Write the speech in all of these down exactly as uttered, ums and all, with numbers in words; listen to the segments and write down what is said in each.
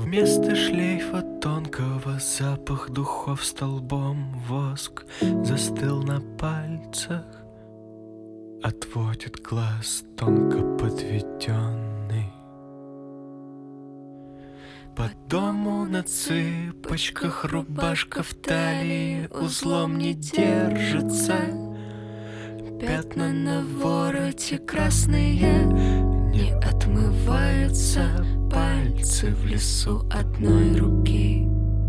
Вместо шлейфа тонкого запах духов столбом воск застыл на пальцах, отводит глаз тонко подведенный. По дому на цыпочках рубашка в талии узлом не держится. Пятна на вороте красные не отмываются. Пальцы в лесу одной руки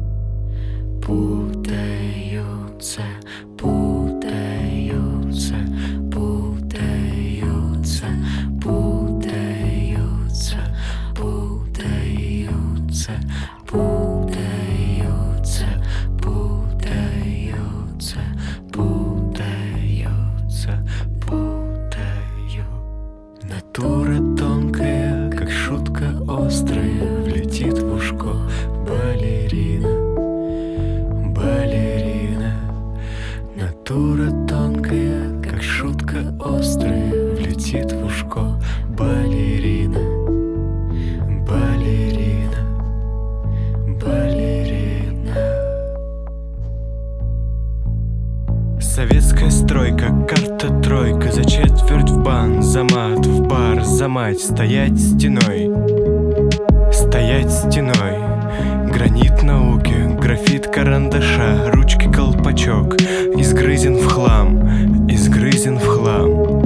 путаются, путаются, путаются, путаются, путаются, путаются, путаются, путаются, путаю. Натура тонкая, как шутка острая, влетит в ушко балерина, балерина. Натура тонкая, как шутка острая, влетит в ушко балерина, балерина, балерина. Советская стройка, карта тройка, за четверть в бан, за мат, в бар, за мать, стоять стеной, стоять стеной. Гранит науки, графит карандаша, ручки колпачок, изгрызен в хлам, изгрызен в хлам.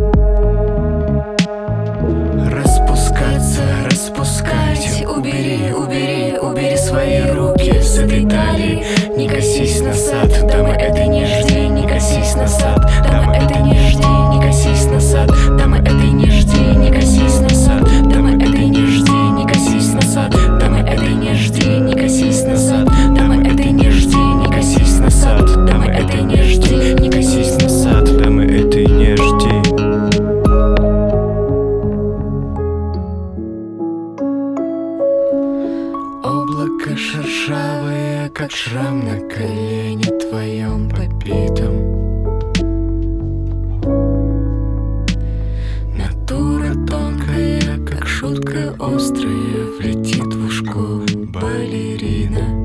Распускаться, распускать, убери, убери, убери свои руки с этой талии. Не косись на сад, дама, это не жди, не косись на сад, дама, это не жди, не косись на сад, дама, это не жди, не косись на сад, дама, это не жди, не косись на сад, дама, это не жди, не косись на сад, дама, это не жди, не косись на сад, дама, это не жди, не косись на сад, дама, это не жди. Облако шершавое, как шрам на колене твоем побитом. Натура тонкая, как шутка острая, влетит в ушко балерина.